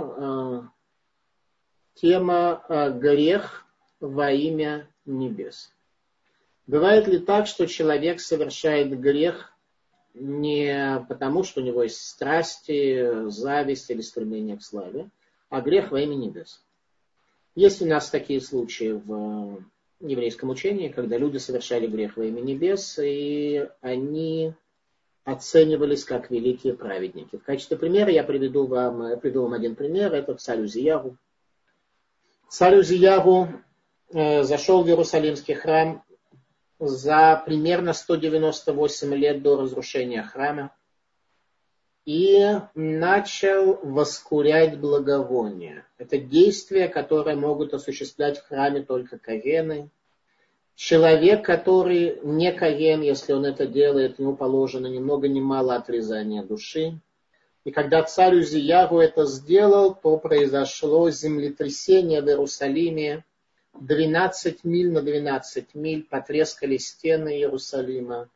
тема грех во имя небес. Бывает ли так, что человек совершает грех не потому, что у него есть страсти, зависть или стремление к славе, а грех во имя небес? Есть у нас такие случаи в еврейском учении, когда люди совершали грех во имя небес, и они оценивались как великие праведники. В качестве примера я приведу вам один пример. Это царь Узиягу. Царь Узиягу зашел в Иерусалимский храм за примерно 198 лет до разрушения храма и начал воскурять благовония. Это действия, которые могут осуществлять в храме только коэны. Человек, который не коэн, если он это делает, ему положено ни много ни мало отрезания души. И когда царь Узиягу это сделал, то произошло землетрясение в Иерусалиме. 12 миль на 12 миль потрескали стены Иерусалима.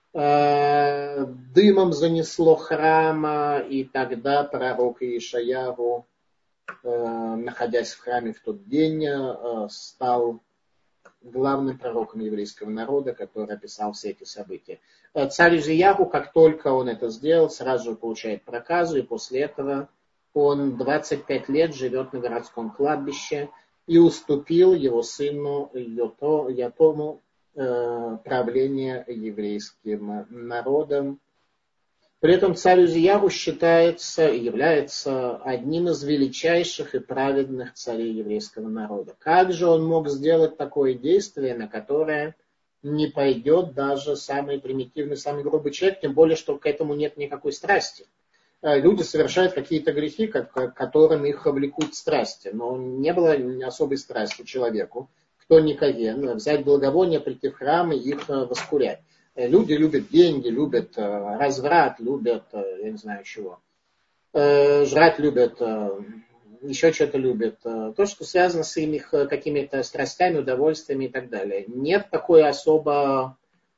Дымом занесло храма, и тогда пророк Иешаягу, находясь в храме в тот день, стал главным пророком еврейского народа, который описал все эти события. Царь Узиягу, как только он это сделал, сразу же получает проказу, и после этого он 25 лет живет на городском кладбище и уступил его сыну Ятому правление еврейским народом. При этом царь Узиягу считается и является одним из величайших и праведных царей еврейского народа. Как же он мог сделать такое действие, на которое не пойдет даже самый примитивный, самый грубый человек, тем более, что к этому нет никакой страсти. Люди совершают какие-то грехи, которым их влекут страсти, но не было особой страсти человеку, кто не коэн, взять благовония, прийти в храм и их воскурять. Люди любят деньги, любят разврат, любят, я не знаю чего, жрать любят, еще что-то любят. То, что связано с их какими-то страстями, удовольствиями и так далее. Нет такой особо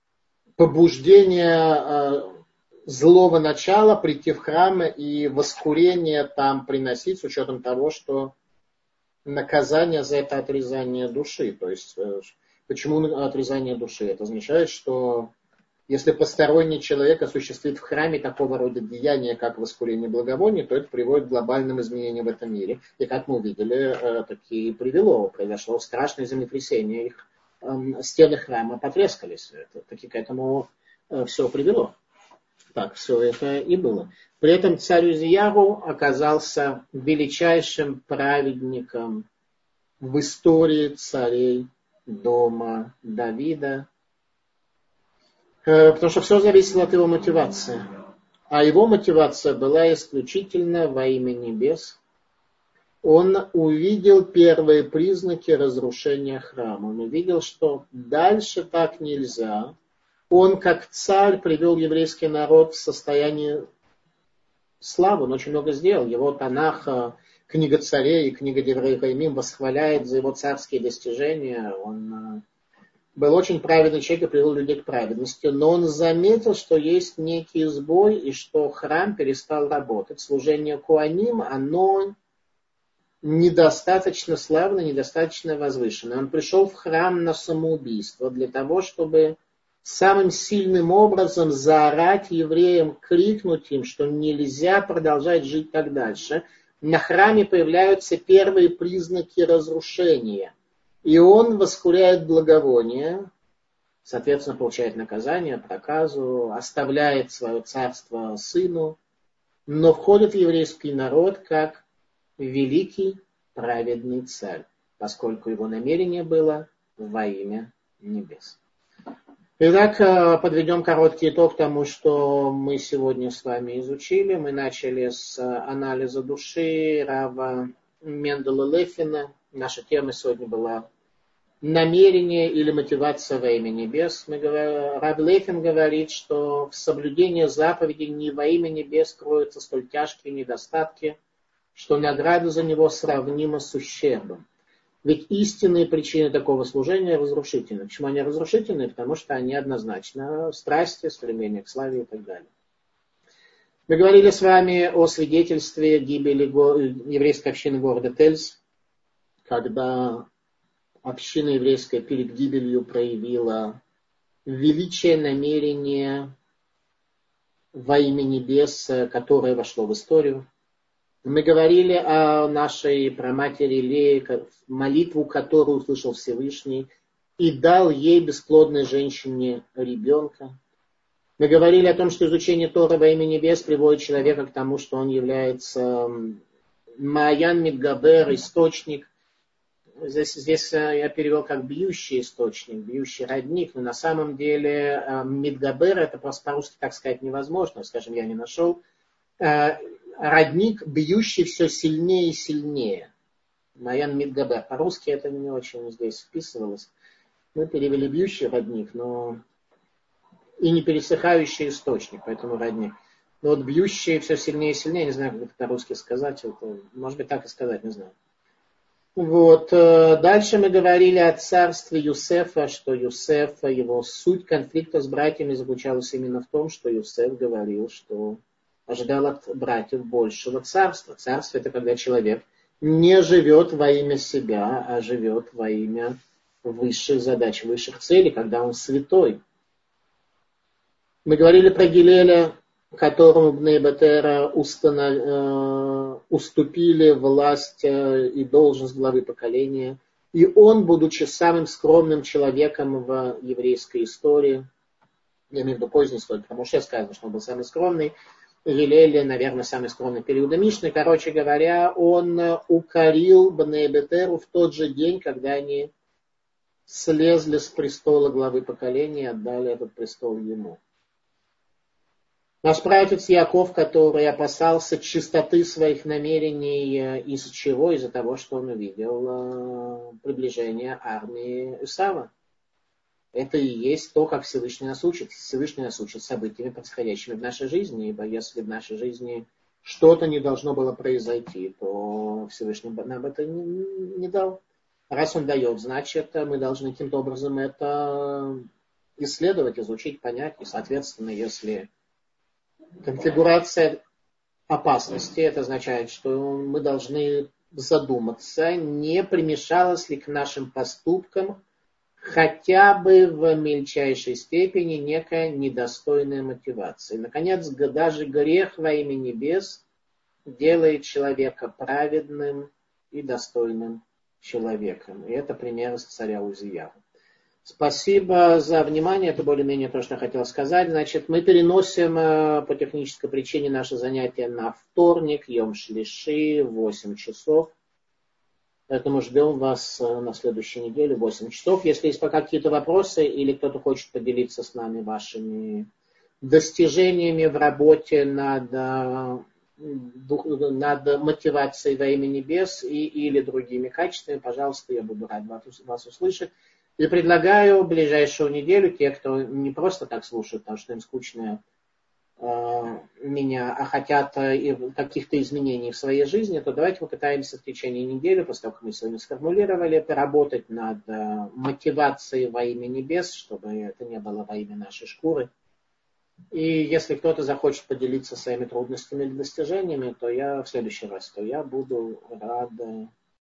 побуждения злого начала прийти в храм и воскурение там приносить с учетом того, что наказание за это отрезание души. То есть, почему отрезание души? Это означает, что если посторонний человек осуществит в храме такого рода деяния, как воскурение благовоний, то это приводит к глобальным изменениям в этом мире. И как мы увидели, таки привело. Произошло страшное землетрясение. Их стены храма потрескались. Таки к этому все привело. Так, все это и было. При этом царь Узиягу оказался величайшим праведником в истории царей дома Давида, потому что все зависело от его мотивации. А его мотивация была исключительно во имя небес. Он увидел первые признаки разрушения храма. Он увидел, что дальше так нельзя. Он, как царь, привел еврейский народ в состояние славы. Он очень много сделал. Его Танах, книга царей и книга Деврей Хаимим восхваляет за его царские достижения. Он был очень праведный человек и привел людей к праведности. Но он заметил, что есть некий сбой и что храм перестал работать. Служение Коаним, оно недостаточно славно, недостаточно возвышенно. Он пришел в храм на самоубийство для того, чтобы самым сильным образом заорать евреям, крикнуть им, что нельзя продолжать жить так дальше. На храме появляются первые признаки разрушения. И он воскуряет благовоние, соответственно, получает наказание, проказу, оставляет свое царство сыну, но входит в еврейский народ как великий праведный царь, поскольку его намерение было во имя небес. Итак, подведем короткий итог тому, что мы сегодня с вами изучили. Мы начали с анализа души Рава Менделя Лефина. Наша тема сегодня была намерение или мотивация во имя небес. Рав Лефин говорит, что в соблюдении заповедей не во имя небес кроются столь тяжкие недостатки, что награда за него сравнима с ущербом. Ведь истинные причины такого служения разрушительны. Почему они разрушительны? Потому что они однозначно страсти, стремление к славе и так далее. Мы говорили с вами о свидетельстве гибели еврейской общины города Тельс, когда община еврейская перед гибелью проявила величие намерения во имя небес, которое вошло в историю. Мы говорили о нашей праматери Лее, молитву, которую услышал Всевышний, и дал ей, бесплодной женщине, ребенка. Мы говорили о том, что изучение Торы во имя небес приводит человека к тому, что он является Маян Мидгабер, источник. Здесь я перевел как бьющий источник, бьющий родник, но на самом деле Мидгабер, это просто по-русски так сказать невозможно, скажем, я не нашел. Родник, бьющий все сильнее и сильнее. Маян Мидгабер. По-русски это не очень здесь вписывалось. Мы перевели бьющий родник, но и не пересыхающий источник, поэтому родник. Но вот бьющий все сильнее и сильнее, не знаю, как это по-русски сказать, это, может быть, так и сказать, не знаю. Вот. Дальше мы говорили о царстве Юсефа, что Юсеф, его суть конфликта с братьями заключалась именно в том, что Юсеф говорил, что ожидал от братьев большего царства. Царство — это когда человек не живет во имя себя, а живет во имя высших задач, высших целей, когда он святой. Мы говорили про Гилеля, которому Бней Бетера уступили власть и должность главы поколения. И он, будучи самым скромным человеком в еврейской истории, я имею в виду поздней истории, потому что сказано, что он был самый скромный, Гилель, наверное, самый скромный период Мишны. Короче говоря, он укорил Бней Бетеру в тот же день, когда они слезли с престола главы поколения и отдали этот престол ему. Наш праотец Яков, который опасался чистоты своих намерений, из-за чего? Из-за того, что он увидел приближение армии Исава. Это и есть то, как Всевышний нас учит. Всевышний нас учит событиями, происходящими в нашей жизни. Ибо если в нашей жизни что-то не должно было произойти, то Всевышний нам это не дал. Раз он дает, значит, мы должны каким-то образом это исследовать, изучить, понять. И, соответственно, если конфигурация опасности, это означает, что мы должны задуматься, не примешалось ли к нашим поступкам хотя бы в мельчайшей степени некая недостойная мотивация. И, наконец, даже грех во имя небес делает человека праведным и достойным человеком. И это пример из царя Узиява. Спасибо за внимание. Это более-менее то, что я хотел сказать. Значит, мы переносим по технической причине наше занятие на вторник, Йом Шлиши, в 8 часов. Поэтому ждем вас на следующей неделе в 8 часов. Если есть пока какие-то вопросы или кто-то хочет поделиться с нами вашими достижениями в работе над мотивацией во имя небес или другими качествами, пожалуйста, я буду рад вас услышать. И предлагаю в ближайшую неделю, те, кто не просто так слушает, потому что им скучно меня, а хотят каких-то изменений в своей жизни, то давайте попытаемся в течение недели, после того, как мы сегодня сформулировали, поработать над мотивацией во имя небес, чтобы это не было во имя нашей шкуры. И если кто-то захочет поделиться своими трудностями или достижениями, то я в следующий раз, то я буду рад